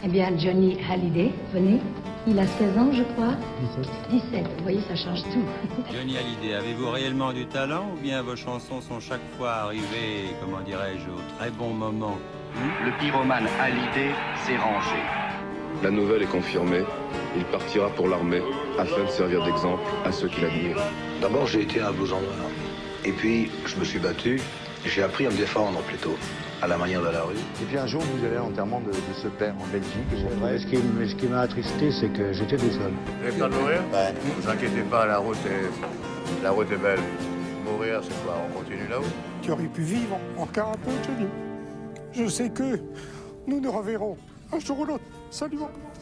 Eh bien, Johnny Hallyday, venez. Il a 16 ans, je crois. 17. Vous voyez, ça change tout. Johnny Hallyday, avez-vous réellement du talent ou bien vos chansons sont chaque fois arrivées, comment dirais-je, au très bon moment Le pyromane Hallyday s'est rangé. La nouvelle est confirmée. Il partira pour l'armée afin de servir d'exemple à ceux qui l'admirent. D'abord, j'ai été un blouson noir. Et puis, je me suis battu. J'ai appris à me défendre plutôt, à la manière de la rue. Et puis un jour, vous allez à l'enterrement de ce père en Belgique. C'est vrai, ce qui m'a attristé, c'est que j'étais tout seul. Vous avez peur de mourir? Ouais. Ne vous inquiétez pas, la route est belle. Mourir, c'est quoi? On continue là-haut? Tu aurais pu vivre encore un peu, Johnny. Je sais que nous nous reverrons un jour ou l'autre. Salut.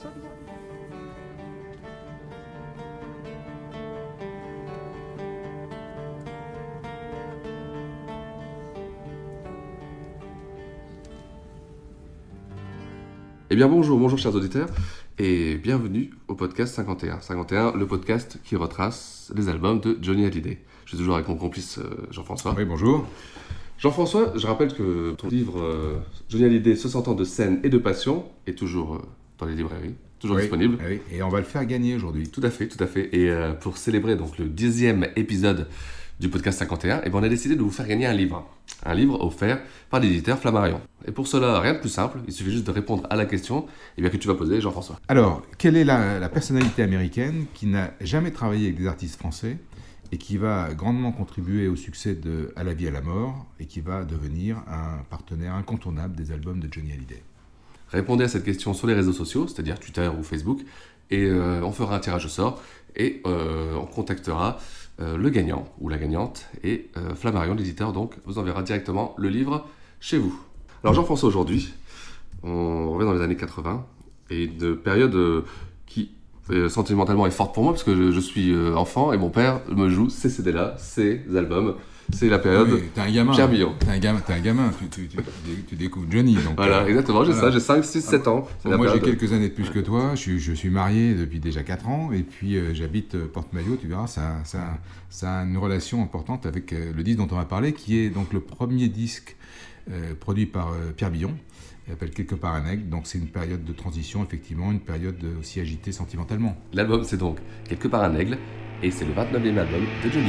Eh bien bonjour chers auditeurs, et bienvenue au podcast 51. 51, le podcast qui retrace les albums de Johnny Hallyday. Je suis toujours avec mon complice Jean-François. Oui, bonjour. Jean-François, je rappelle que ton livre Johnny Hallyday, 60 ans de scène et de passion est toujours dans les librairies, toujours disponible. Oui, et on va le faire gagner aujourd'hui. Tout à fait. Et pour célébrer donc le 10e épisode du podcast 51, on a décidé de vous faire gagner un livre. Un livre offert par l'éditeur Flammarion. Et pour cela, rien de plus simple, il suffit juste de répondre à la question que tu vas poser, Jean-François. Alors, quelle est la personnalité américaine qui n'a jamais travaillé avec des artistes français et qui va grandement contribuer au succès de À la vie, à la mort et qui va devenir un partenaire incontournable des albums de Johnny Hallyday? Répondez à cette question sur les réseaux sociaux, c'est-à-dire Twitter ou Facebook, et on fera un tirage au sort et on contactera le gagnant ou la gagnante, et Flammarion, l'éditeur, donc, vous enverra directement le livre chez vous. Alors Jean-François, aujourd'hui, on revient dans les années 80, et une période qui sentimentalement est forte pour moi, parce que je suis enfant, et mon père me joue ces CD-là, ces albums. C'est la période t'es un gamin, Pierre Billon. T'es un gamin, tu découvres Johnny. Donc, voilà, exactement, j'ai ça, j'ai 5, 6, 7 ans. Moi j'ai quelques années de plus que toi, je suis marié depuis déjà 4 ans, et puis j'habite Porte-Maillot, tu verras, ça a une relation importante avec le disque dont on va parler, qui est donc le premier disque produit par Pierre Billon, il s'appelle Quelque part un aigle, donc c'est une période de transition, effectivement, une période aussi agitée sentimentalement. L'album c'est donc Quelque part un aigle, et c'est le 29e album de Johnny.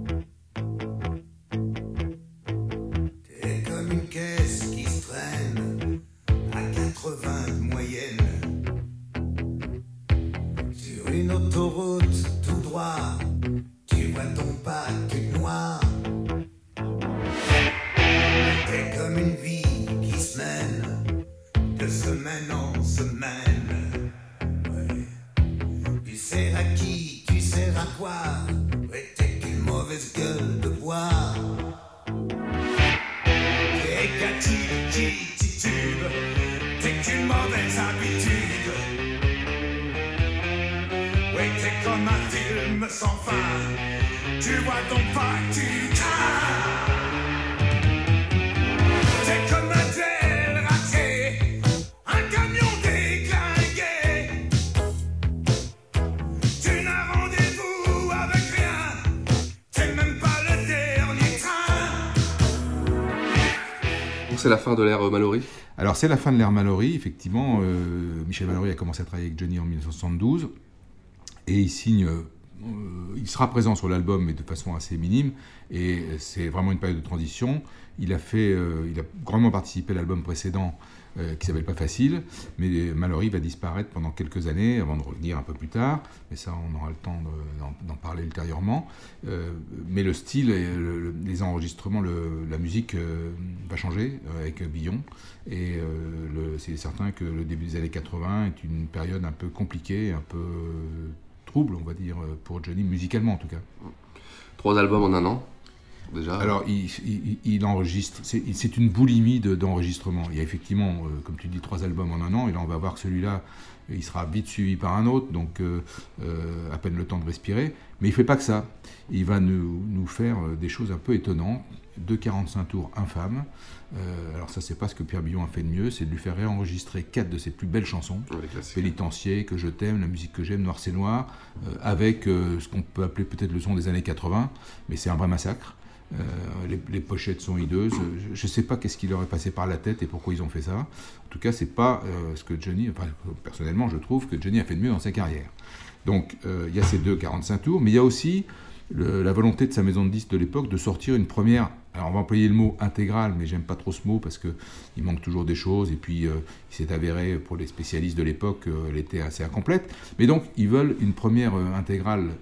Une autoroute tout droit, tu vois ton pas, tu te noies. T'es comme une vie qui se mène de semaine en semaine. Ouais. Tu sers à qui, tu sers à quoi. Ouais, t'es qu'une mauvaise gueule de bois. T'es qu'attitude, t'es qu'une mauvaise habitude. T'es comme un film sans fin. Tu vois ton pas, tu t'es comme un duel raté, un camion déglingué. Tu n'as rendez-vous avec rien. T'es même pas le dernier train. Donc c'est la fin de l'ère Mallory. Alors c'est la fin de l'ère Mallory, effectivement. Michel Mallory a commencé à travailler avec Johnny en 1972. Et il signe, il sera présent sur l'album, mais de façon assez minime, et c'est vraiment une période de transition. Il a grandement participé à l'album précédent, qui s'appelle Pas Facile, mais Mallory va disparaître pendant quelques années, avant de revenir un peu plus tard, mais ça on aura le temps d'en parler ultérieurement. Mais le style, les enregistrements, la musique va changer avec Billon, et c'est certain que le début des années 80 est une période un peu compliquée, un peu trouble, on va dire, pour Johnny, musicalement en tout cas. 3 albums en un an, déjà. Alors, il enregistre, c'est une boulimie d'enregistrement. Il y a effectivement, comme tu dis, 3 albums en un an, et là on va voir que celui-là, il sera vite suivi par un autre, donc à peine le temps de respirer. Mais il ne fait pas que ça. Il va nous faire des choses un peu étonnantes, 2 45 tours infâmes. Alors ça, c'est pas ce que Pierre Billon a fait de mieux, c'est de lui faire réenregistrer 4 de ses plus belles chansons, Pénitencier, Que je t'aime, La musique que j'aime, Noir c'est noir, avec ce qu'on peut appeler peut-être le son des années 80, mais c'est un vrai massacre. Les pochettes sont hideuses. Je ne sais pas qu'est-ce qui leur est passé par la tête et pourquoi ils ont fait ça. En tout cas, c'est pas ce que Johnny... Enfin, personnellement, je trouve que Johnny a fait de mieux dans sa carrière. Donc, il y a ces 2 45 tours, mais il y a aussi la volonté de sa maison de disques de l'époque de sortir une première... Alors, on va employer le mot intégrale, mais j'aime pas trop ce mot parce qu'il manque toujours des choses. Et puis, il s'est avéré, pour les spécialistes de l'époque, elle était assez incomplète. Mais donc, ils veulent une première intégrale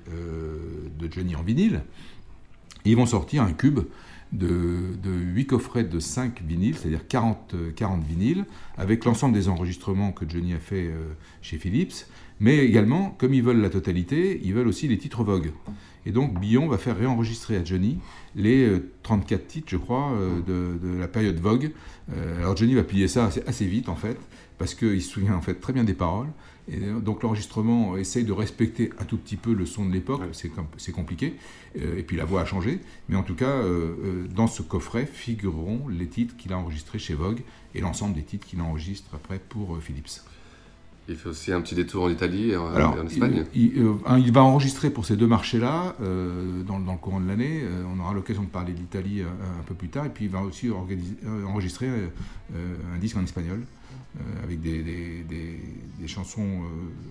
de Johnny en vinyle. Et ils vont sortir un cube de 8 coffrets de 5 vinyles, c'est-à-dire 40 vinyles, avec l'ensemble des enregistrements que Johnny a fait chez Philips. Mais également, comme ils veulent la totalité, ils veulent aussi les titres Vogue. Et donc, Billon va faire réenregistrer à Johnny les 34 titres, je crois, de la période Vogue. Alors, Johnny va plier ça assez vite, en fait, parce qu'il se souvient en fait très bien des paroles. Et donc, l'enregistrement essaye de respecter un tout petit peu le son de l'époque, c'est compliqué. Et puis, la voix a changé. Mais en tout cas, dans ce coffret figureront les titres qu'il a enregistrés chez Vogue et l'ensemble des titres qu'il enregistre après pour Philips. Il fait aussi un petit détour en Italie et en Espagne. Il va enregistrer pour ces 2 marchés-là dans le courant de l'année. On aura l'occasion de parler de l'Italie un peu plus tard. Et puis il va aussi enregistrer un disque en espagnol avec des chansons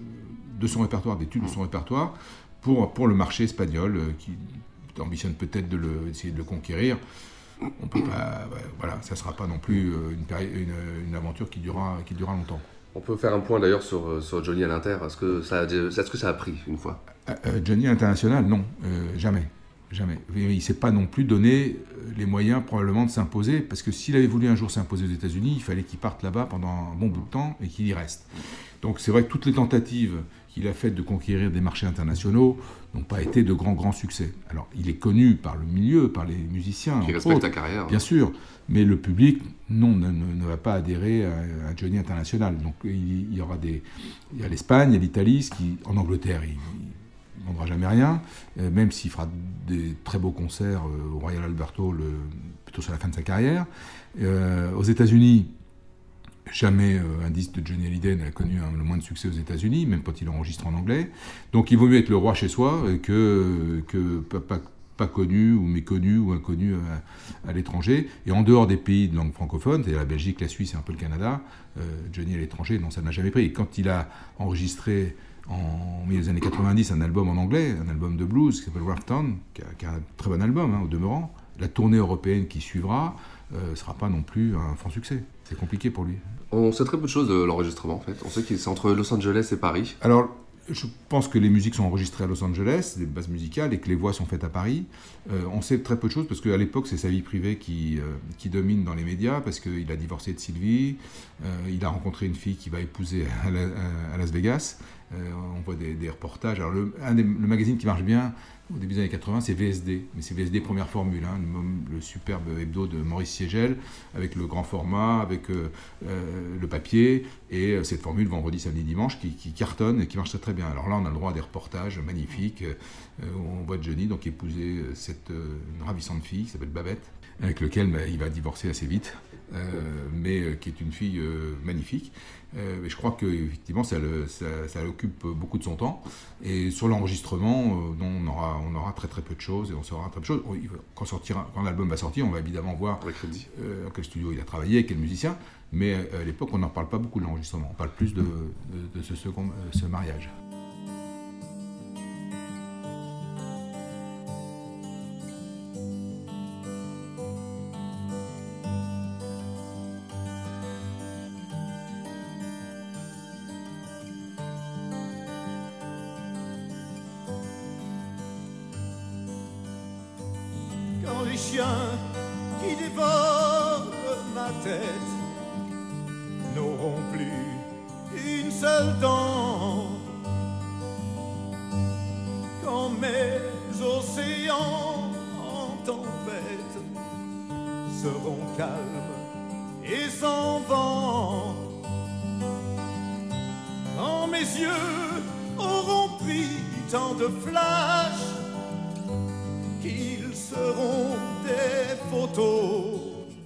de son répertoire, des tubes de son répertoire pour le marché espagnol qui ambitionne peut-être d'essayer de le conquérir. On peut pas, voilà, ça ne sera pas non plus une aventure qui durera longtemps. On peut faire un point d'ailleurs sur Johnny à l'Inter. Est-ce que ça a pris une fois Johnny à l'international, non, jamais. Il ne s'est pas non plus donné les moyens probablement de s'imposer, parce que s'il avait voulu un jour s'imposer aux États-Unis, il fallait qu'il parte là-bas pendant un bon bout de temps et qu'il y reste. Donc c'est vrai que toutes les tentatives qu'il a faites de conquérir des marchés internationaux n'ont pas été de grands succès. Alors il est connu par le milieu, par les musiciens. Qui respectent la carrière. Bien sûr, mais le public, non, ne va pas adhérer à Johnny International. Donc il y a l'Espagne, il y a l'Italie, en Angleterre, il ne vendra jamais rien, même s'il fera des très beaux concerts au Royal Albert Hall, plutôt sur la fin de sa carrière. Aux États-Unis, jamais un disque de Johnny Hallyday n'a connu le moins de succès aux États-Unis, même quand il enregistre en anglais. Donc il vaut mieux être le roi chez soi que pas connu ou méconnu ou inconnu à l'étranger. Et en dehors des pays de langue francophone, c'est-à-dire la Belgique, la Suisse et un peu le Canada, Johnny à l'étranger, non, ça n'a jamais pris. Et quand il a enregistré en milieu des années 90 un album en anglais, un album de blues qui s'appelle Rafton, qui est un très bon album au demeurant, la tournée européenne qui suivra ne sera pas non plus un franc succès. C'est compliqué pour lui. On sait très peu de choses de l'enregistrement en fait. On sait que c'est entre Los Angeles et Paris. Alors, je pense que les musiques sont enregistrées à Los Angeles, des bases musicales, et que les voix sont faites à Paris. On sait très peu de choses, parce qu'à l'époque, c'est sa vie privée qui domine dans les médias, parce qu'il a divorcé de Sylvie, il a rencontré une fille qu'il va épouser à Las Vegas. On voit des reportages. Alors, le magazine qui marche bien au début des années 80, c'est VSD, mais c'est VSD première formule, le superbe hebdo de Maurice Siegel, avec le grand format, avec le papier, et cette formule vendredi, samedi, dimanche, qui cartonne et qui marche très très bien. Alors là, on a le droit à des reportages magnifiques, où on voit Johnny donc épouser une ravissante fille qui s'appelle Babette, avec lequel il va divorcer assez vite, mais qui est une fille magnifique. Mais je crois qu'effectivement, ça occupe beaucoup de son temps. Et sur l'enregistrement, on aura très très peu de choses, et on saura très peu de choses. Quand l'album va sortir, on va évidemment voir dans quel studio il a travaillé, quel musicien. Mais à l'époque, on n'en parle pas beaucoup de l'enregistrement. On parle plus de ce mariage. Quand les chiens qui dévorent ma tête n'auront plus une seule dent, quand mes océans en tempête seront calmes et sans vent, quand mes yeux auront pris tant de flashs qu'ils seront des photos,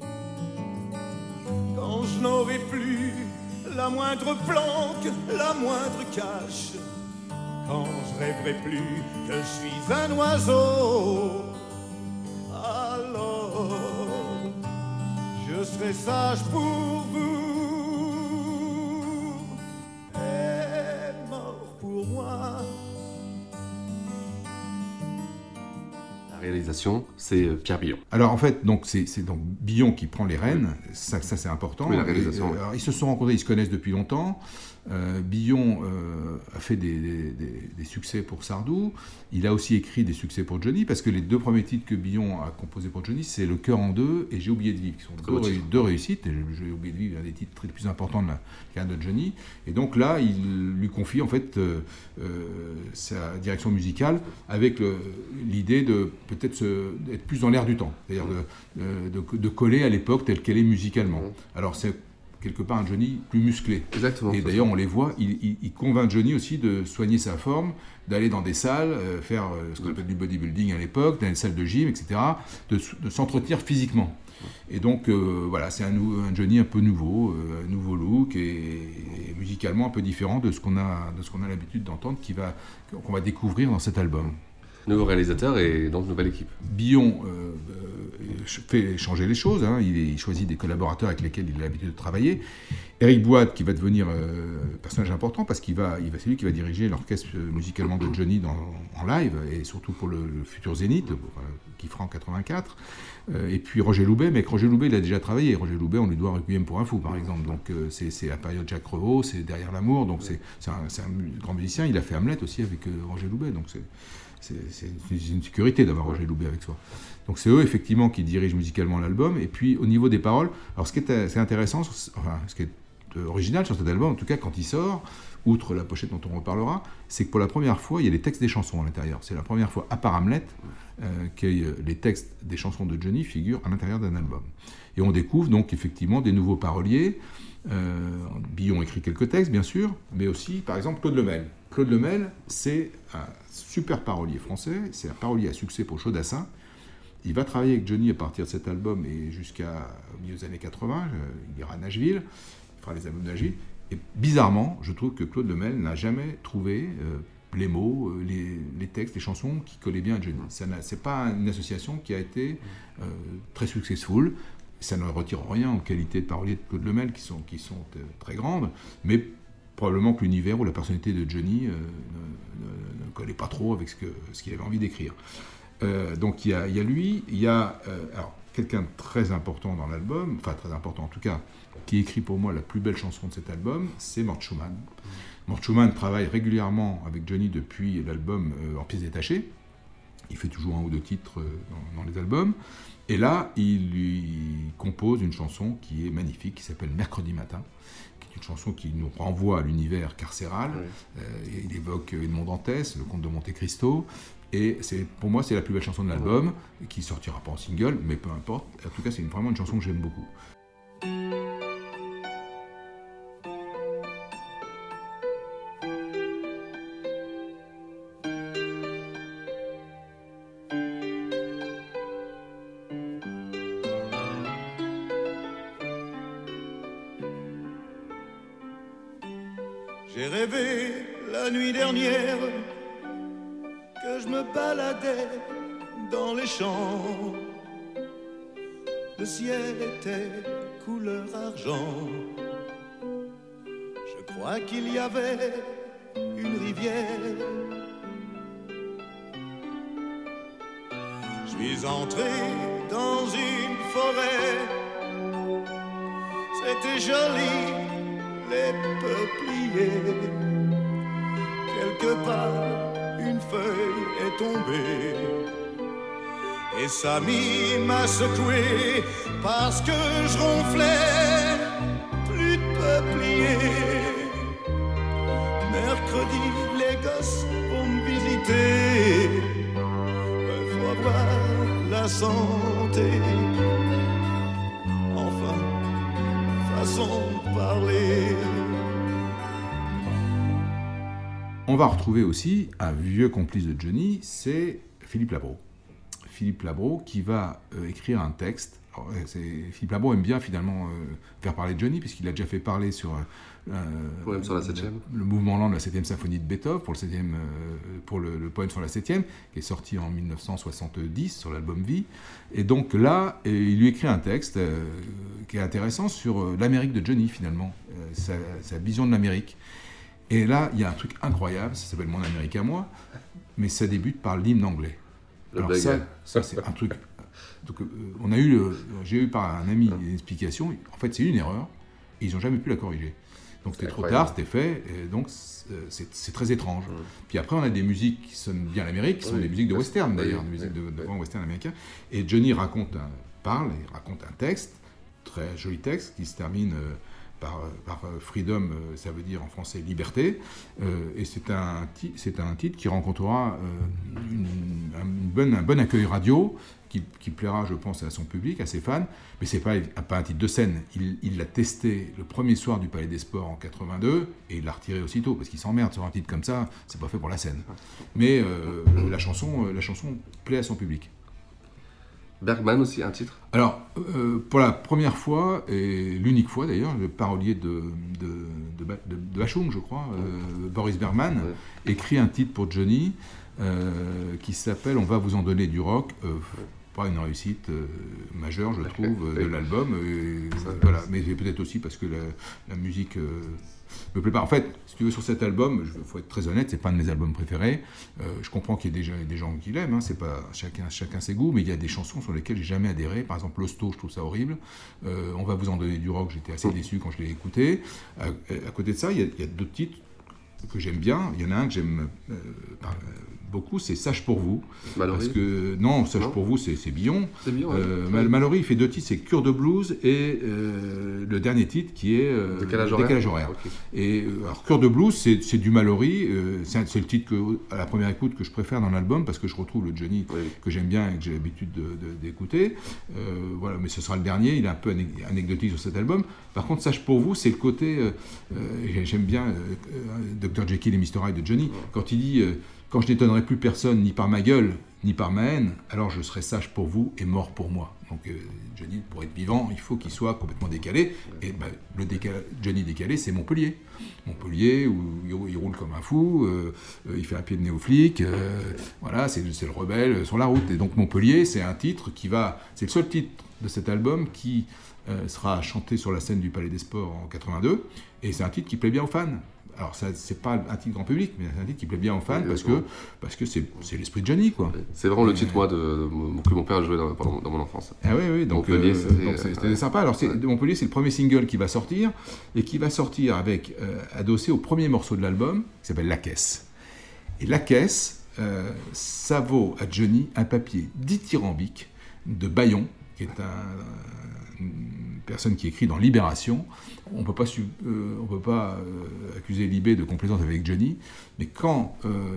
quand je n'aurai plus la moindre planque, la moindre cache, quand je rêverai plus que je suis un oiseau, alors message pour vous est mort pour moi. La réalisation, c'est Pierre Billon. Alors en fait, donc c'est donc Billon qui prend les rênes, ça c'est important. Oui, la réalisation. Alors, ils se sont rencontrés, ils se connaissent depuis longtemps. Billon a fait des succès pour Sardou. Il a aussi écrit des succès pour Johnny, parce que les deux premiers titres que Billon a composés pour Johnny, c'est Le Cœur en deux et J'ai oublié de vivre, qui sont deux réussites. Et J'ai oublié de vivre, un des titres les plus importants de la carrière de Johnny. Et donc là, il lui confie en fait sa direction musicale avec l'idée de peut-être d'être plus dans l'air du temps, c'est-à-dire de coller à l'époque telle qu'elle est musicalement. Alors c'est quelque part un Johnny plus musclé. Exactement. Et d'ailleurs, on les voit, il convainc Johnny aussi de soigner sa forme, d'aller dans des salles, faire ce qu'on appelle du bodybuilding à l'époque, dans les salles de gym, etc., de s'entretenir physiquement. Et donc, voilà, c'est un Johnny un peu nouveau, un nouveau look, et musicalement un peu différent de ce qu'on a l'habitude d'entendre, qu'on va découvrir dans cet album. Nouveau réalisateur et donc nouvelle équipe. Billon fait changer les choses, hein. Il choisit des collaborateurs avec lesquels il a l'habitude de travailler. Éric Boite qui va devenir personnage important parce c'est lui qui va diriger l'orchestre musicalement de Johnny en live et surtout pour le futur Zénith qui fera en 84. Et puis Roger Loubet, mais avec Roger Loubet il a déjà travaillé. Roger Loubet on lui doit Requiem pour un fou par exemple, donc c'est la période Jacques Revaux, c'est Derrière l'amour, donc c'est un grand musicien. Il a fait Hamlet aussi avec Roger Loubet, donc c'est une sécurité d'avoir Roger Loubet avec soi. Donc c'est eux effectivement qui dirigent musicalement l'album. Et puis au niveau des paroles, alors ce qui est intéressant, ce qui est original sur cet album, en tout cas quand il sort, outre la pochette dont on reparlera, c'est que pour la première fois il y a les textes des chansons à l'intérieur. C'est la première fois, à part Hamlet, que les textes des chansons de Johnny figurent à l'intérieur d'un album. Et on découvre donc effectivement des nouveaux paroliers. Billon écrit quelques textes bien sûr, mais aussi par exemple Claude Lemel. Claude Lemel, c'est un super parolier français, c'est un parolier à succès pour Chaudassin. Il va travailler avec Johnny à partir de cet album et jusqu'à milieu des années 80, il ira à Nashville, il fera les albums de Nashville. Et bizarrement, je trouve que Claude Lemel n'a jamais trouvé les mots, les textes, les chansons qui collaient bien à Johnny. C'est pas une association qui a été très successful. Ça ne retire rien aux qualités de parolier de Claude Lemel qui sont très grandes, mais probablement que l'univers ou la personnalité de Johnny ne collait pas trop avec ce qu'il avait envie d'écrire. Donc il y a lui, il y a alors, quelqu'un de très important dans l'album, enfin très important en tout cas, qui écrit pour moi la plus belle chanson de cet album, c'est Mort Schumann. Mort Schumann travaille régulièrement avec Johnny depuis l'album En pièces détachées. Il fait toujours un ou deux titres dans les albums. Et là, il lui compose une chanson qui est magnifique, qui s'appelle Mercredi matin, qui est une chanson qui nous renvoie à l'univers carcéral. Oui. Il évoque Edmond Dantès, le comte de Monte Cristo. Et pour moi, c'est la plus belle chanson de l'album, qui ne sortira pas en single, mais peu importe. En tout cas, c'est vraiment une chanson que j'aime beaucoup. J'ai rêvé la nuit dernière que je me baladais dans les champs. Le ciel était couleur argent. Je crois qu'il y avait une rivière. Je suis entré dans une forêt. C'était joli, les peupliers. Quelque part, une feuille est tombée. Et Samy m'a secoué parce que je ronflais. Plus de peupliers. Mercredi, les gosses vont me visiter. Il faut avoir la santé. Enfin, façon de parler. On va retrouver aussi un vieux complice de Johnny, c'est Philippe Labro. Philippe Labro qui va écrire un texte. Alors, Philippe Labro aime bien finalement faire parler de Johnny, puisqu'il a déjà fait parler sur poème sur la 7e. Le mouvement lent de la 7e symphonie de Beethoven, pour le poème sur la 7e, qui est sorti en 1970 sur l'album Vie. Et donc là, il lui écrit un texte qui est intéressant sur l'Amérique de Johnny, finalement, sa vision de l'Amérique. Et là, il y a un truc incroyable, ça s'appelle Mon Amérique à moi, mais ça débute par l'hymne anglais. Alors ça c'est un truc... Donc, j'ai eu par un ami une explication, en fait c'est une erreur, et ils n'ont jamais pu la corriger. Donc c'était trop tard, c'était fait, et donc c'est très étrange. Puis après on a des musiques qui sonnent bien l'Amérique, qui sont des musiques de western d'ailleurs, des musiques de western américain, et Johnny raconte un texte, très joli texte, qui se termine par freedom, ça veut dire en français liberté, et c'est un titre qui rencontrera un bon accueil radio, qui plaira, je pense, à son public, à ses fans, mais c'est pas un titre de scène. Il l'a testé le premier soir du Palais des Sports en 82, et il l'a retiré aussitôt, parce qu'il s'emmerde sur un titre comme ça, c'est pas fait pour la scène. Mais la chanson plaît à son public. Bergman aussi, un titre. Alors, pour la première fois, et l'unique fois d'ailleurs, le parolier de Bachung, je crois, Boris Bergman, écrit un titre pour Johnny qui s'appelle « On va vous en donner du rock ». Pas une réussite majeure, je trouve, de l'album. Voilà. Mais peut-être aussi parce que la musique me plaît pas. En fait, si tu veux, sur cet album, il faut être très honnête, c'est pas un de mes albums préférés. Je comprends qu'il y ait des gens qui l'aiment, c'est pas chacun ses goûts, mais il y a des chansons sur lesquelles j'ai jamais adhéré. Par exemple, L'Hosto, je trouve ça horrible. On va vous en donner du rock, j'étais assez déçu quand je l'ai écouté. À côté de ça, il y a d'autres titres que j'aime bien. Il y en a un que j'aime beaucoup, c'est Sage pour vous. Mallory. Parce que Sage pour vous, c'est Billon. C'est Billon. Mallory, il fait 2 titres, c'est Cure de blues et le dernier titre qui est Décalage horaire. Okay. Et alors Cure de blues, c'est du Mallory. C'est le titre à la première écoute que je préfère dans l'album parce que je retrouve le Johnny que j'aime bien et que j'ai l'habitude d'écouter. Voilà, mais ce sera le dernier. Il est un peu anecdotique sur cet album. Par contre, Sage pour vous, c'est le côté. J'aime bien Dr. Jekyll et Mr. Hyde de Johnny quand il dit. Quand je n'étonnerai plus personne, ni par ma gueule, ni par ma haine, alors je serai sage pour vous et mort pour moi. Donc Johnny, pour être vivant, il faut qu'il soit complètement décalé. Et Johnny décalé, c'est Montpellier. Montpellier, où il roule comme un fou, il fait un pied de nez aux flics, voilà, c'est le rebelle sur la route. Et donc Montpellier, c'est un titre c'est le seul titre de cet album qui sera chanté sur la scène du Palais des Sports en 82, et c'est un titre qui plaît bien aux fans. Alors, c'est pas un titre grand public, mais c'est un titre qui plaît bien aux fans parce que c'est l'esprit de Johnny, quoi. C'est vraiment le titre, moi, que mon père jouait dans mon enfance. Ah oui, donc c'était sympa. Alors, Montpellier, c'est le premier single qui va sortir, et qui va sortir avec, adossé au premier morceau de l'album, qui s'appelle La Caisse. Et La Caisse, ça vaut à Johnny un papier dithyrambique de Bayon, qui est une personne qui écrit dans Libération. On peut pas accuser Libé de complaisance avec Johnny, mais quand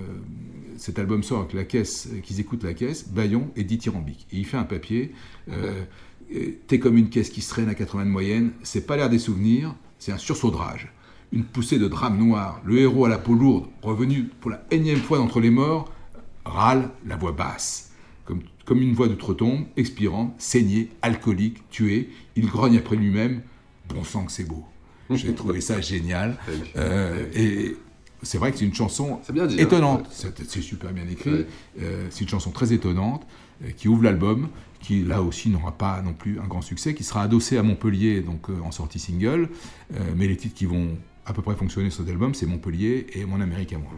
cet album sort avec La Caisse, qu'ils écoutent La Caisse, Bayon est dithyrambique. Et il fait un papier, t'es comme une caisse qui se traîne à 80 de moyenne, c'est pas l'air des souvenirs, c'est un sursaudrage. Une poussée de drame noir, le héros à la peau lourde, revenu pour la énième fois d'entre les morts, râle la voix basse. Comme une voix d'outre-tombe, expirant, saigné, alcoolique, tué, il grogne après lui-même. Bon sang que c'est beau. J'ai trouvé ça génial. Et c'est vrai que c'est une chanson étonnante. C'est super bien écrit. C'est une chanson très étonnante qui ouvre l'album, qui là aussi n'aura pas non plus un grand succès, qui sera adossé à Montpellier donc en sortie single. Mais les titres qui vont à peu près fonctionner sur cet album, c'est Montpellier et Mon Amérique à moi.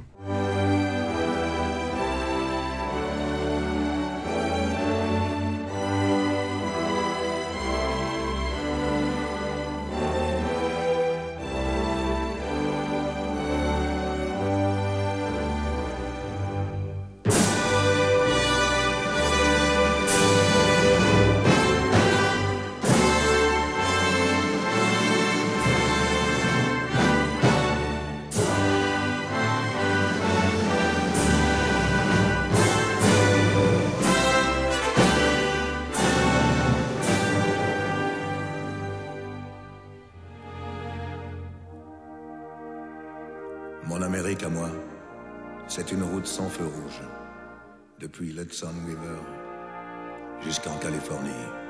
Mon Amérique à moi, c'est une route sans feu rouge, depuis l'Hudson River jusqu'en Californie.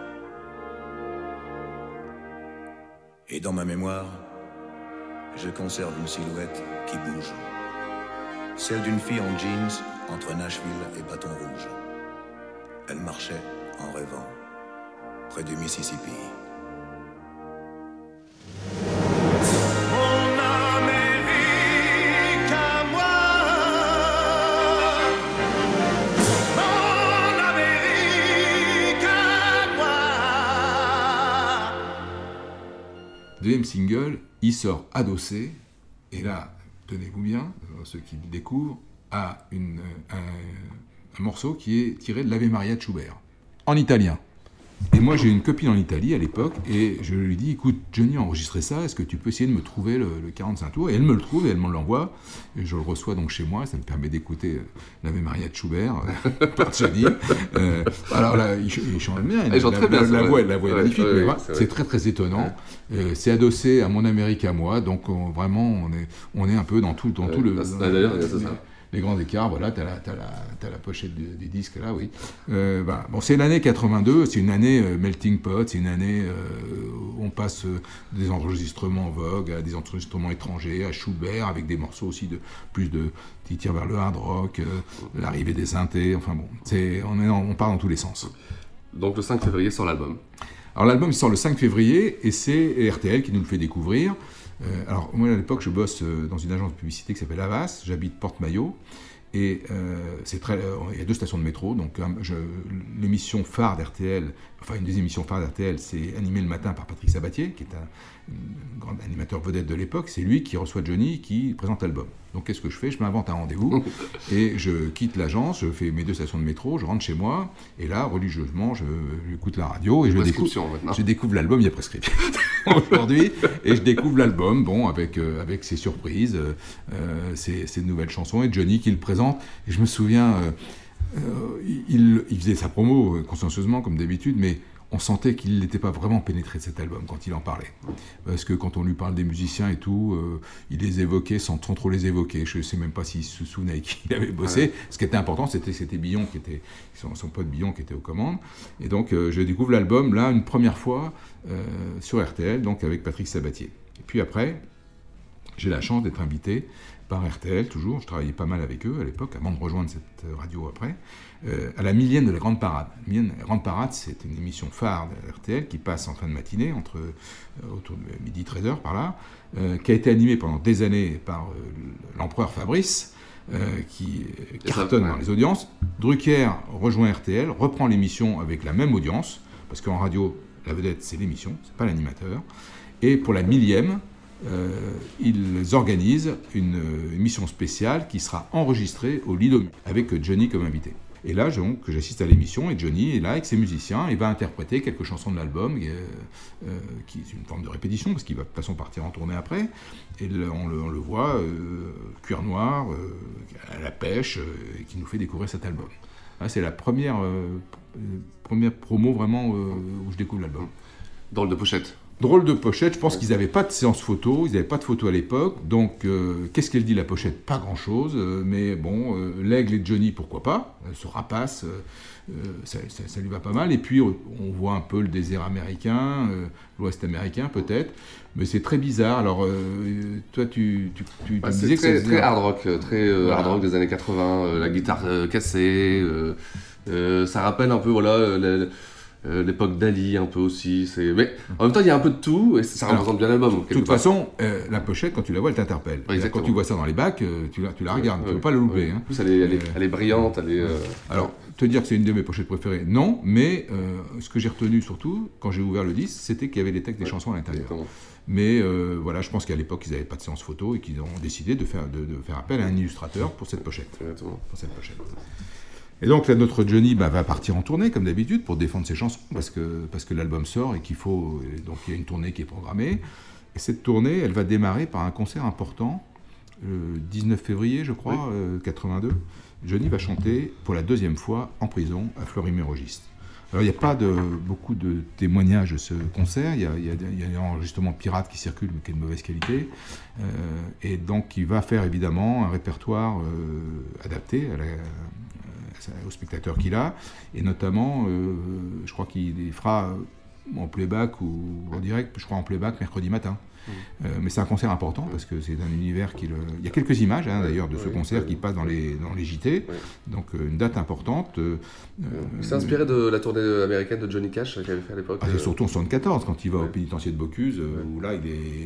Et dans ma mémoire, je conserve une silhouette qui bouge, celle d'une fille en jeans entre Nashville et Bâton Rouge. Elle marchait en rêvant, près du Mississippi. deuxième single, il sort adossé, et là, tenez-vous bien, ceux qui le découvrent, à un morceau qui est tiré de l'Ave Maria de Schubert, en italien. Et moi, j'ai une copine en Italie à l'époque, et je lui dis, écoute, Johnny a enregistré ça, est-ce que tu peux essayer de me trouver le 45 tours ? Et elle me le trouve, et elle me l'envoie, et je le reçois donc chez moi, ça me permet d'écouter l'Ave Maria de Schubert par Johnny. Alors là, il chante bien, la voix est magnifique, mais voilà, c'est très très étonnant. C'est adossé à Mon Amérique à moi, donc vraiment, on est un peu dans tout le... D'ailleurs, c'est ça. Les grands écarts, voilà, t'as la pochette du disque là, oui. Bon, c'est l'année 82, c'est une année melting pot, c'est une année où on passe des enregistrements en vogue à des enregistrements étrangers, à Schubert, avec des morceaux aussi qui tirent vers le hard rock, l'arrivée des synthés, enfin bon, on part dans tous les sens. Donc le 5 février sort l'album. Alors l'album il sort le 5 février et c'est RTL qui nous le fait découvrir. Alors moi à l'époque je bosse dans une agence de publicité qui s'appelle Havas, j'habite Porte-Maillot et il y a 2 stations de métro, donc l'émission phare d'RTL, enfin une des émissions phares d'RTL, c'est animé le matin par Patrick Sabatier, qui est un grand animateur vedette de l'époque, c'est lui qui reçoit Johnny, qui présente l'album. Donc qu'est-ce que je fais ? Je m'invente un rendez-vous et je quitte l'agence, je fais mes 2 stations de métro, je rentre chez moi et là, religieusement, j'écoute la radio et je découvre l'album, il y a prescription aujourd'hui, et je découvre l'album, bon, avec ses surprises, ses nouvelles chansons, et Johnny qui le présente. Et je me souviens, il faisait sa promo consciencieusement comme d'habitude, mais on sentait qu'il n'était pas vraiment pénétré de cet album quand il en parlait. Parce que quand on lui parle des musiciens et tout, il les évoquait sans trop les évoquer. Je ne sais même pas s'il se souvenait avec qui il avait bossé. Ouais. Ce qui était important, c'était Billon, son pote Billon qui était aux commandes. Et donc, je découvre l'album, là, une première fois, sur RTL, donc avec Patrick Sabatier. Et puis après, j'ai la chance d'être invité par RTL, toujours, je travaillais pas mal avec eux à l'époque, avant de rejoindre cette radio après, à la millième de la Grande Parade. La Grande Parade, c'est une émission phare de RTL qui passe en fin de matinée, autour de midi 13h par là, qui a été animée pendant des années par l'empereur Fabrice, qui cartonne dans les audiences. Drucker rejoint RTL, reprend l'émission avec la même audience, parce qu'en radio, la vedette, c'est l'émission, c'est pas l'animateur, et pour la millième, ils organisent une émission spéciale qui sera enregistrée au Lido avec Johnny comme invité. Et là, donc, j'assiste à l'émission et Johnny est là avec ses musiciens et va interpréter quelques chansons de l'album, qui est une forme de répétition parce qu'il va de toute façon partir en tournée après. Et on le voit, cuir noir, à la pêche, qui nous fait découvrir cet album. Là, c'est la première promo vraiment où je découvre l'album. Drôle de pochette. Drôle de pochette, je pense qu'ils n'avaient pas de séance photo, ils n'avaient pas de photo à l'époque, donc qu'est-ce qu'elle dit la pochette ? Pas grand-chose, mais bon, l'aigle et Johnny, pourquoi pas, ce rapace, ça lui va pas mal, et puis on voit un peu le désert américain, l'ouest américain peut-être, mais c'est très bizarre, alors toi tu disais que c'est très hard rock, hard rock des années 80, la guitare cassée, ça rappelle un peu, voilà... l'époque d'Ali un peu aussi, mais en même temps il y a un peu de tout et ça représente bien l'album. De toute façon, la pochette quand tu la vois elle t'interpelle. Quand tu vois ça dans les bacs, tu la regardes, tu ne peux pas le louper. En plus elle est brillante, Alors te dire que c'est une de mes pochettes préférées, non, mais ce que j'ai retenu surtout quand j'ai ouvert le disque, c'était qu'il y avait les textes des chansons à l'intérieur. Exactement. Mais voilà, je pense qu'à l'époque ils n'avaient pas de séance photo et qu'ils ont décidé de faire appel à un illustrateur pour cette pochette. Exactement. Pour cette pochette. Et donc là, notre Johnny va partir en tournée, comme d'habitude, pour défendre ses chansons, parce que l'album sort et donc il y a une tournée qui est programmée. Et cette tournée, elle va démarrer par un concert important, le 19 février, je crois, 82. Johnny va chanter pour la 2e fois en prison à Fleury-Mérogis. Alors il n'y a pas beaucoup de témoignages de ce concert, il y a un enregistrement pirate qui circule, mais qui est de mauvaise qualité. Et donc il va faire évidemment un répertoire adapté au spectateur qu'il a, et notamment, je crois qu'il fera en playback ou en direct, je crois en playback mercredi matin. Mais c'est un concert important parce que c'est un univers il y a quelques images d'ailleurs de ce concert qui passe dans les JT, donc une date importante. C'est inspiré de la tournée américaine de Johnny Cash qu'il avait fait à l'époque. C'est surtout en 1974 quand il va au pénitencier de Bocuse, où là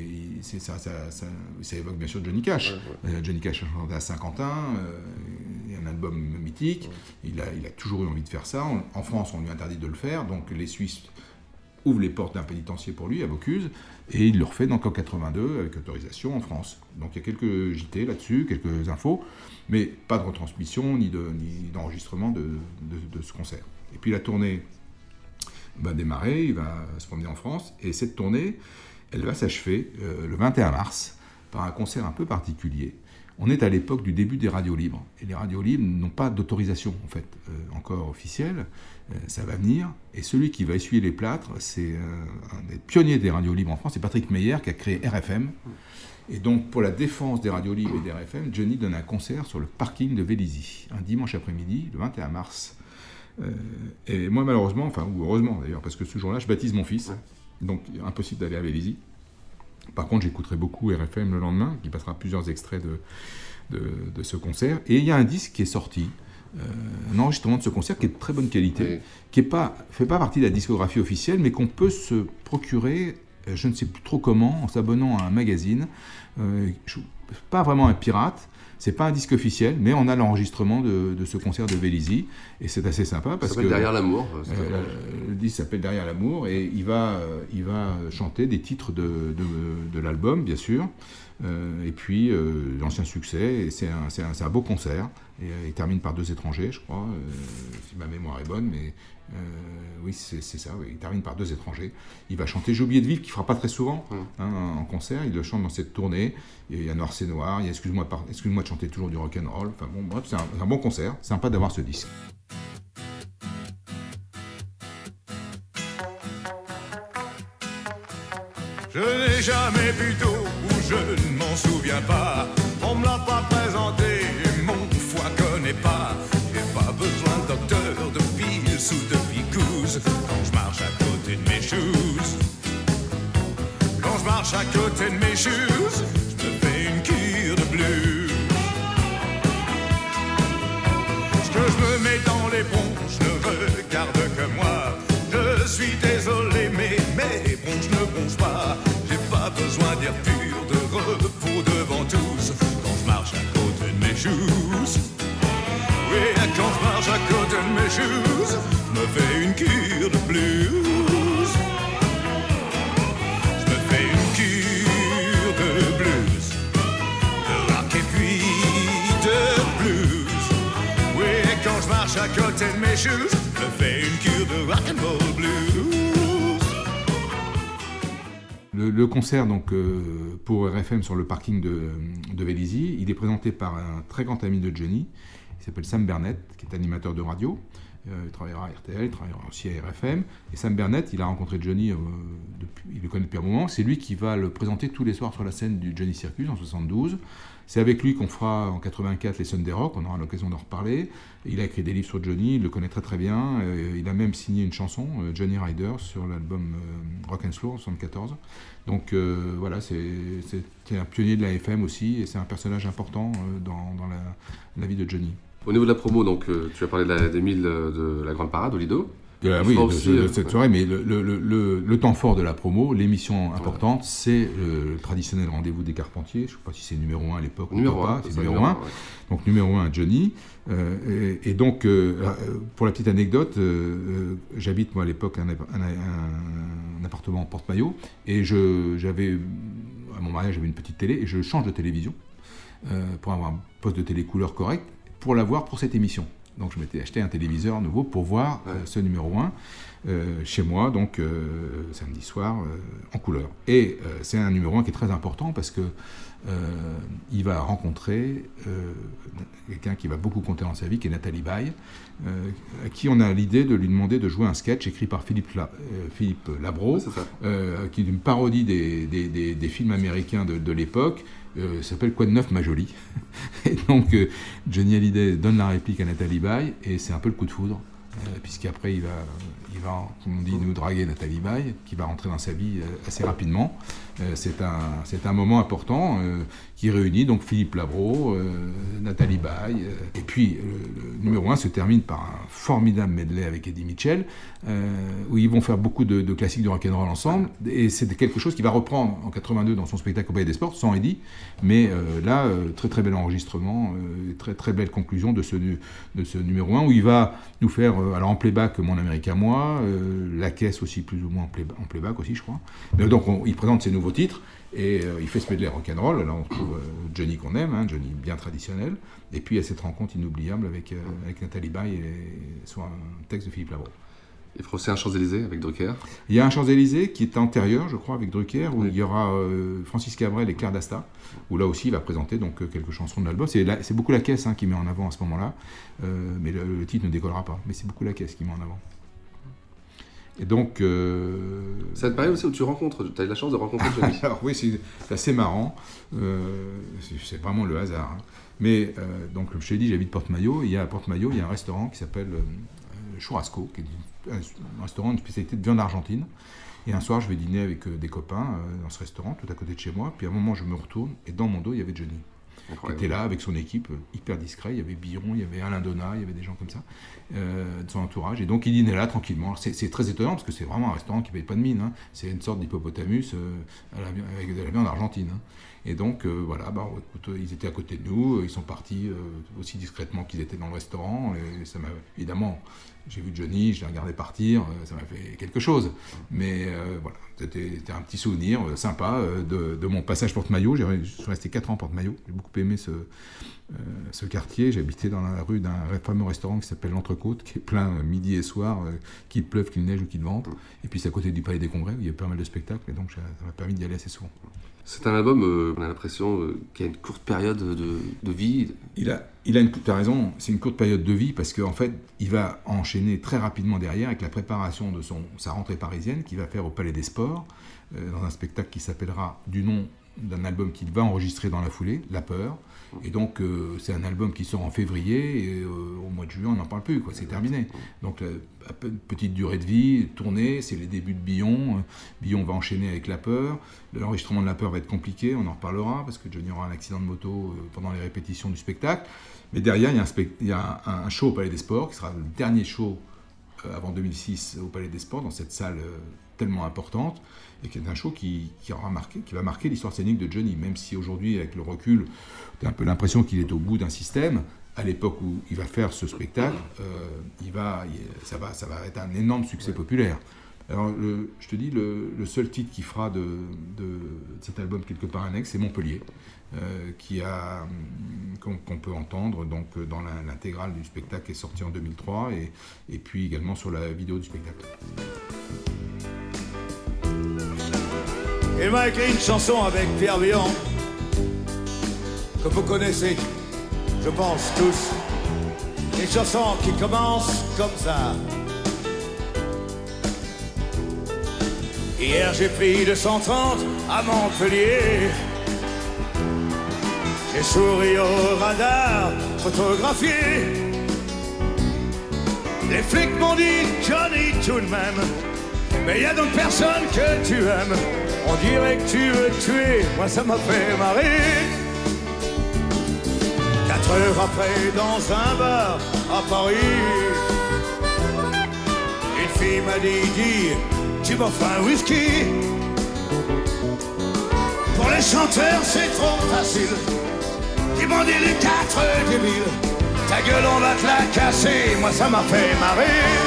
ça évoque bien sûr Johnny Cash. Johnny Cash a chanté à Saint-Quentin, il y a un album mythique, il a toujours eu envie de faire ça. En France on lui interdit de le faire, donc les Suisses ouvre les portes d'un pénitencier pour lui, à Vaucluse, et il le refait donc en 82 avec autorisation en France. Donc il y a quelques JT là-dessus, quelques infos, mais pas de retransmission ni d'enregistrement de ce concert. Et puis la tournée va démarrer, il va se promener en France, et cette tournée, elle va s'achever le 21 mars par un concert un peu particulier. On est à l'époque du début des radios libres, et les radios libres n'ont pas d'autorisation en fait encore officielle, ça va venir, et celui qui va essuyer les plâtres, c'est un des pionniers des radios libres en France, c'est Patrick Meyer qui a créé RFM, et donc pour la défense des radios libres et des RFM, Johnny donne un concert sur le parking de Vélizy, un dimanche après-midi, le 21 mars. Et moi malheureusement, enfin ou heureusement d'ailleurs, parce que ce jour-là je baptise mon fils, donc impossible d'aller à Vélizy. Par contre j'écouterai beaucoup RFM le lendemain, qui passera plusieurs extraits de ce concert, et il y a un disque qui est sorti, un enregistrement de ce concert qui est de très bonne qualité, qui fait pas partie de la discographie officielle, mais qu'on peut se procurer, je ne sais plus trop comment, en s'abonnant à un magazine, pas vraiment un pirate. C'est pas un disque officiel, mais on a l'enregistrement de ce concert de Vélizy, et c'est assez sympa parce que Derrière l'amour. Le disque s'appelle Derrière l'amour, et il va chanter des titres de l'album, bien sûr, et puis d'anciens succès. Et c'est un beau concert. Et il termine par 2 étrangers, je crois, si ma mémoire est bonne, mais oui, c'est ça. Oui, il termine par 2 étrangers. Il va chanter J'ai oublié de vivre, qu'il ne fera pas très souvent en concert. Il le chante dans cette tournée. Et il y a Noir c'est Noir, il y a Excuse-moi de chanter toujours du rock'n'roll. Enfin bon, bref, c'est un bon concert. Sympa d'avoir ce disque. Je n'ai jamais bu d'eau ou je ne m'en souviens pas. On me l'a pas présenté et mon foie connaît pas. J'ai pas besoin de docteur, de pills ou de picouse quand je marche à côté de mes shoes. Quand je marche à côté de mes shoes, je me fais une cure de blues. Ce que je me mets dans les bronches ne regarde que moi. Je suis désolé mais mes bronches ne bronchent pas. J'ai pas besoin d'air pur, de repos devant tous quand je marche à côté de mes shoes. Oui, quand je marche à côté de mes shoes, je me fais une cure de blues. Je me fais une cure de blues, de rock et puis de blues. Oui, quand je marche à côté de mes shoes, je me fais une cure de rock and roll blues. Le concert donc, pour RFM sur le parking de Vélizy, il est présenté par un très grand ami de Johnny, qui s'appelle Sam Bernett, qui est animateur de radio. Il travaillera à RTL, il travaillera aussi à RFM. Et Sam Bernett, il a rencontré Johnny, il le connaît depuis un moment. C'est lui qui va le présenter tous les soirs sur la scène du Johnny Circus en 72. C'est avec lui qu'on fera en 84 les Sunday Rock, on aura l'occasion d'en reparler. Il a écrit des livres sur Johnny, il le connaît très très bien. Il a même signé une chanson, Johnny Rider, sur l'album Rock and Slow en 74. Donc voilà, c'est un pionnier de la FM aussi, et c'est un personnage important dans la vie de Johnny. Au niveau de la promo, donc, tu as parlé des 1000 de la Grande Parade au Lido. Oui, de cette soirée, mais le temps fort de la promo, l'émission importante, c'est le traditionnel rendez-vous des Carpentiers. Je ne sais pas si c'est numéro 1 à l'époque ou pas, c'est numéro 1. Ouais. Donc numéro 1 à Johnny. Et donc, pour la petite anecdote, j'habite moi à l'époque un appartement en porte-maillot, et à mon mariage j'avais une petite télé, et je change de télévision pour avoir un poste de télé couleur correct, pour l'avoir pour cette émission. Donc je m'étais acheté un téléviseur nouveau pour voir ce numéro 1 chez moi, donc samedi soir, en couleur. Et c'est un numéro 1 qui est très important parce que il va rencontrer quelqu'un qui va beaucoup compter dans sa vie, qui est Nathalie Baye, à qui on a l'idée de lui demander de jouer un sketch écrit par Philippe Labro, qui est une parodie des films américains de l'époque. S'appelle Quoi de neuf ma jolie. Et donc Johnny Hallyday donne la réplique à Nathalie Baye, et c'est un peu le coup de foudre, puisqu'après il va, comme on dit, nous draguer Nathalie Baye, qui va rentrer dans sa vie assez rapidement. C'est un moment important qui réunit donc Philippe Labro, Nathalie Baye, et puis le numéro 1 se termine par un formidable medley avec Eddie Mitchell, où ils vont faire beaucoup de classiques du rock'n'roll ensemble, et c'est quelque chose qu'il va reprendre en 82 dans son spectacle au Palais des Sports, sans Eddie, mais là, très très bel enregistrement, très très belle conclusion de ce numéro 1, où il va nous faire alors en playback, Mon Amérique à moi, La Caisse aussi plus ou moins en playback aussi, je crois. Mais donc il présente ses nouveaux titres et il fait ce medley rock'n'roll. Là on retrouve Johnny qu'on aime, Johnny bien traditionnel. Et puis il y a cette rencontre inoubliable avec Nathalie Baye sur un texte de Philippe Labro. Il fera aussi un Champs-Élysées avec Drucker. Il y a un Champs-Élysées qui est antérieur, je crois, avec Drucker, où il y aura Francis Cabrel et Claire Dasta, où là aussi il va présenter donc, quelques chansons de l'album. C'est beaucoup La Caisse qui met en avant à ce moment-là, mais le titre ne décollera pas, mais c'est beaucoup La Caisse qui met en avant. Et donc... C'est une période aussi où tu as eu la chance de rencontrer Johnny. Alors oui, c'est assez marrant, c'est vraiment le hasard. Mais donc, comme je t'ai dit, j'habite Porte-Maillot, et à Porte-Maillot, il y a un restaurant qui s'appelle Churrasco, qui est un restaurant de spécialité de viande argentine. Et un soir, je vais dîner avec des copains dans ce restaurant, tout à côté de chez moi. Puis à un moment, je me retourne et dans mon dos, il y avait Johnny. Qui était là avec son équipe, hyper discret. Il y avait Biron, il y avait Alain Donat, il y avait des gens comme ça, de son entourage. Et donc, il dînait là tranquillement. C'est très étonnant parce que c'est vraiment un restaurant qui ne paye pas de mine. C'est une sorte d'hippopotamus avec de la viande argentine. Et donc, voilà, écoute, ils étaient à côté de nous. Ils sont partis aussi discrètement qu'ils étaient dans le restaurant. Et ça m'a évidemment... J'ai vu Johnny, je l'ai regardé partir, ça m'a fait quelque chose. Mais voilà, c'était un petit souvenir sympa de mon passage Porte-Maillot. Je suis resté 4 ans à Porte-Maillot. J'ai beaucoup aimé ce quartier. J'habitais dans la rue d'un fameux restaurant qui s'appelle l'Entrecôte, qui est plein midi et soir, qu'il pleuve, qu'il neige ou qu'il vente. Et puis c'est à côté du Palais des Congrès, où il y a pas mal de spectacles. Et donc ça m'a permis d'y aller assez souvent. C'est un album, on a l'impression, qui a une courte période de vie. T'as raison, c'est une courte période de vie parce qu'en fait, il va enchaîner très rapidement derrière avec la préparation de sa rentrée parisienne qu'il va faire au Palais des Sports, dans un spectacle qui s'appellera du nom d'un album qu'il va enregistrer dans la foulée, La Peur. Et donc, c'est un album qui sort en février, et au mois de juillet, on n'en parle plus, c'est terminé. Donc, petite durée de vie, tournée, c'est les débuts de Billon. Billon va enchaîner avec La Peur. L'enregistrement de La Peur va être compliqué, on en reparlera, parce que Johnny aura un accident de moto pendant les répétitions du spectacle. Mais derrière, il y a un show au Palais des Sports, qui sera le dernier show avant 2006 au Palais des Sports, dans cette salle tellement importante, et qui est un show qui va marquer l'histoire scénique de Johnny, même si aujourd'hui, avec le recul, tu as un peu l'impression qu'il est au bout d'un système. À l'époque où il va faire ce spectacle, ça va être un énorme succès populaire. Alors, je te dis, le seul titre qui fera de cet album quelque part annexe, c'est Montpellier, qu'on peut entendre donc, dans l'intégrale du spectacle qui est sorti en 2003, et puis également sur la vidéo du spectacle. Il m'a écrit une chanson avec Pierre Villon, que vous connaissez, je pense tous. Une chanson qui commence comme ça. Hier j'ai pris 230 à Montpellier. J'ai souri au radar, photographié. Les flics m'ont dit Johnny tout de même, mais y a donc personne que tu aimes. On dirait que tu veux tuer, moi ça m'a fait marrer. 4 heures après, dans un bar à Paris, une fille m'a dit, tu m'offres un whisky. Pour les chanteurs c'est trop facile. Ils m'ont dit les 4 débiles. Ta gueule on va te la casser, moi ça m'a fait marrer.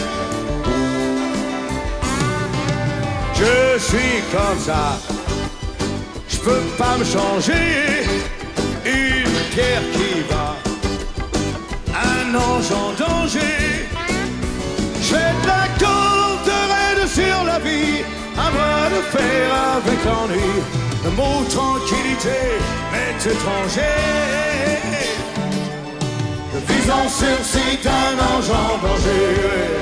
Je suis comme ça, je peux pas me changer. Une pierre qui va, un ange en danger. Je fais de la corde raide sur la vie, à moi de faire avec l'ennui. Le mot tranquillité m'est étranger. Je vis en sursis d'un ange en danger.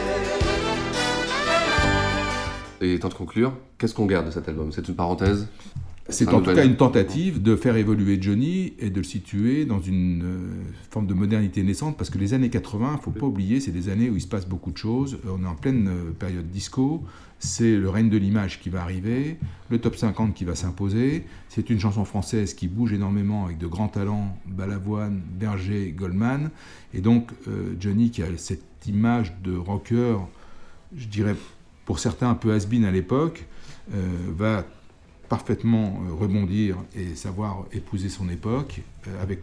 Et temps de conclure, qu'est-ce qu'on garde de cet album? C'est une parenthèse? C'est en tout cas une tentative de faire évoluer Johnny et de le situer dans une forme de modernité naissante, parce que les années 80, il ne faut pas oublier, c'est des années où il se passe beaucoup de choses. On est en pleine période disco, c'est le règne de l'image qui va arriver, le top 50 qui va s'imposer, c'est une chanson française qui bouge énormément avec de grands talents, Balavoine, Berger, Goldman, et donc Johnny qui a cette image de rocker, je dirais pour certains un peu has-been à l'époque, va parfaitement rebondir et savoir épouser son époque avec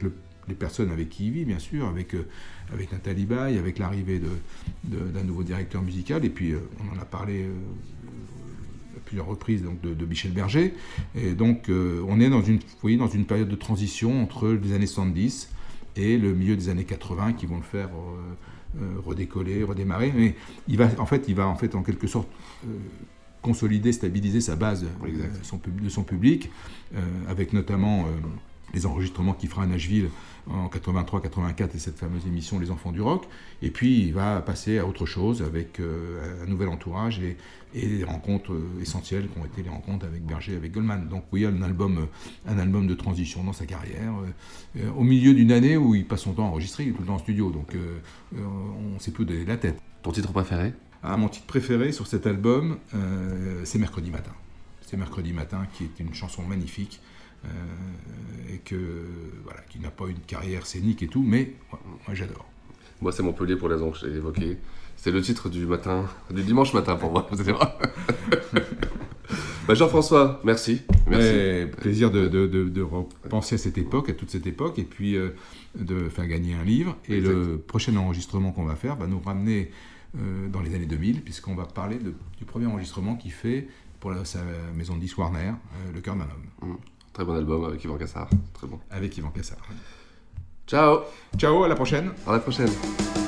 les personnes avec qui il vit, bien sûr, avec Nathalie Baye, avec l'arrivée d'un nouveau directeur musical, et puis on en a parlé à plusieurs reprises donc, de Michel Berger. Et donc on est dans une période de transition entre les années 70 et le milieu des années 80 qui vont le faire redécoller, redémarrer. Mais il va en quelque sorte consolider, stabiliser sa base de son public, avec notamment les enregistrements qu'il fera à Nashville en 83-84 et cette fameuse émission Les Enfants du Rock. Et puis il va passer à autre chose avec un nouvel entourage et les rencontres essentielles qui ont été les rencontres avec Berger, avec Goldman. Donc oui, un album de transition dans sa carrière, au milieu d'une année où il passe son temps à enregistrer, il est tout le temps en studio, donc on ne sait plus donner la tête. Ton titre préféré ? Mon titre préféré sur cet album, c'est Mercredi matin. C'est Mercredi matin, qui est une chanson magnifique, et qui n'a pas une carrière scénique et tout, mais moi j'adore. Moi c'est Montpellier pour les raisons que j'ai évoquées. C'est le titre du dimanche matin pour moi, c'est vrai. Jean-François, merci. Plaisir de repenser à cette époque, à toute cette époque, et puis de faire gagner un livre. Et le prochain enregistrement qu'on va faire va nous ramener dans les années 2000, puisqu'on va parler du premier enregistrement qu'il fait pour sa maison de disques Warner, Le Cœur d'un homme. Très bon album avec Yvan Cassar. Très bon. Avec Yvan Cassar. Ciao. Ciao, à la prochaine. À la prochaine.